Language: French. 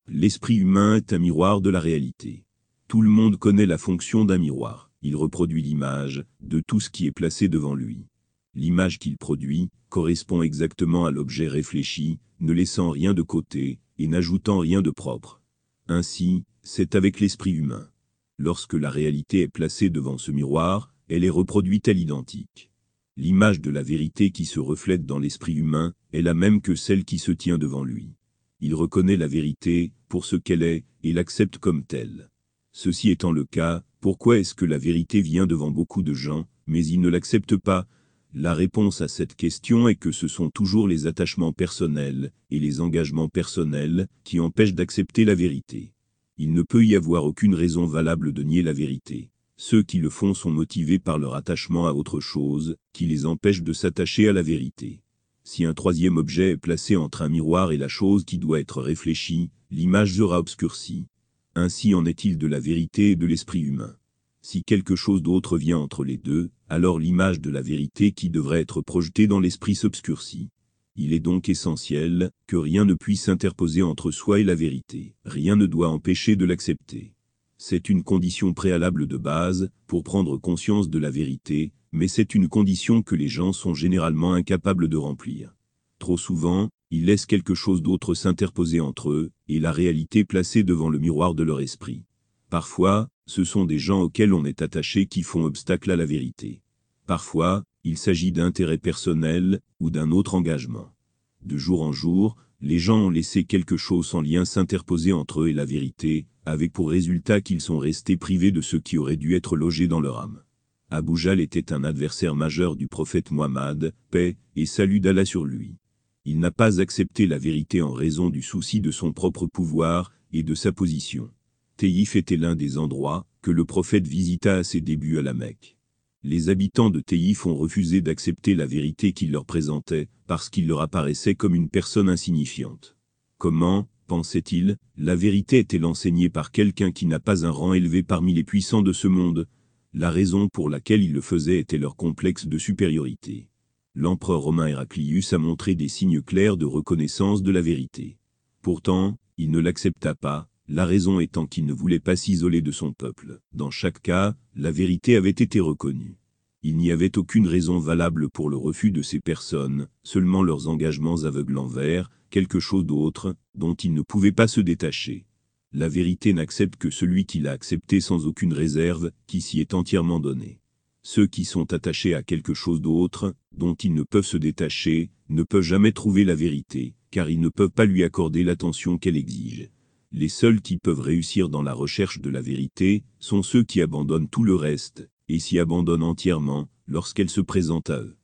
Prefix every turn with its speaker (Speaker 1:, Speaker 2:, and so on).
Speaker 1: L'esprit humain est un miroir de la réalité. Tout le monde connaît la fonction d'un miroir. Il reproduit l'image de tout ce qui est placé devant lui. L'image qu'il produit correspond exactement à l'objet réfléchi, ne laissant rien de côté et n'ajoutant rien de propre. Ainsi, c'est avec l'esprit humain. Lorsque la réalité est placée devant ce miroir, elle est reproduite à l'identique. L'image de la vérité qui se reflète dans l'esprit humain est la même que celle qui se tient devant lui. Il reconnaît la vérité pour ce qu'elle est et l'accepte comme telle. Ceci étant le cas, pourquoi est-ce que la vérité vient devant beaucoup de gens, mais ils ne l'acceptent pas? La réponse à cette question est que ce sont toujours les attachements personnels et les engagements personnels qui empêchent d'accepter la vérité. Il ne peut y avoir aucune raison valable de nier la vérité. Ceux qui le font sont motivés par leur attachement à autre chose, qui les empêche de s'attacher à la vérité. Si un troisième objet est placé entre un miroir et la chose qui doit être réfléchie, l'image sera obscurcie. Ainsi en est-il de la vérité et de l'esprit humain. Si quelque chose d'autre vient entre les deux, alors l'image de la vérité qui devrait être projetée dans l'esprit s'obscurcit. Il est donc essentiel que rien ne puisse s'interposer entre soi et la vérité. Rien ne doit empêcher de l'accepter. C'est une condition préalable de base pour prendre conscience de la vérité, mais c'est une condition que les gens sont généralement incapables de remplir. Trop souvent, ils laissent quelque chose d'autre s'interposer entre eux et la réalité placée devant le miroir de leur esprit. Parfois, ce sont des gens auxquels on est attaché qui font obstacle à la vérité. Parfois, il s'agit d'intérêts personnels ou d'un autre engagement. De jour en jour, les gens ont laissé quelque chose sans lien s'interposer entre eux et la vérité, avec pour résultat qu'ils sont restés privés de ce qui aurait dû être logé dans leur âme. Abu Jahl était un adversaire majeur du prophète Muhammad, paix et salut d'Allah sur lui. Il n'a pas accepté la vérité en raison du souci de son propre pouvoir et de sa position. Taïf était l'un des endroits que le prophète visita à ses débuts à la Mecque. Les habitants de Taïf ont refusé d'accepter la vérité qu'il leur présentait, parce qu'il leur apparaissait comme une personne insignifiante. Comment, pensait-il, la vérité est-elle enseignée par quelqu'un qui n'a pas un rang élevé parmi les puissants de ce monde? La raison pour laquelle ils le faisaient était leur complexe de supériorité. L'empereur romain Héraclius a montré des signes clairs de reconnaissance de la vérité. Pourtant, il ne l'accepta pas, la raison étant qu'il ne voulait pas s'isoler de son peuple. Dans chaque cas, la vérité avait été reconnue. Il n'y avait aucune raison valable pour le refus de ces personnes, seulement leurs engagements aveugles envers quelque chose d'autre, dont ils ne pouvaient pas se détacher. La vérité n'accepte que celui qui l'a acceptée sans aucune réserve, qui s'y est entièrement donné. Ceux qui sont attachés à quelque chose d'autre, dont ils ne peuvent se détacher, ne peuvent jamais trouver la vérité, car ils ne peuvent pas lui accorder l'attention qu'elle exige. Les seuls qui peuvent réussir dans la recherche de la vérité sont ceux qui abandonnent tout le reste, et s'y abandonnent entièrement lorsqu'elle se présente à eux.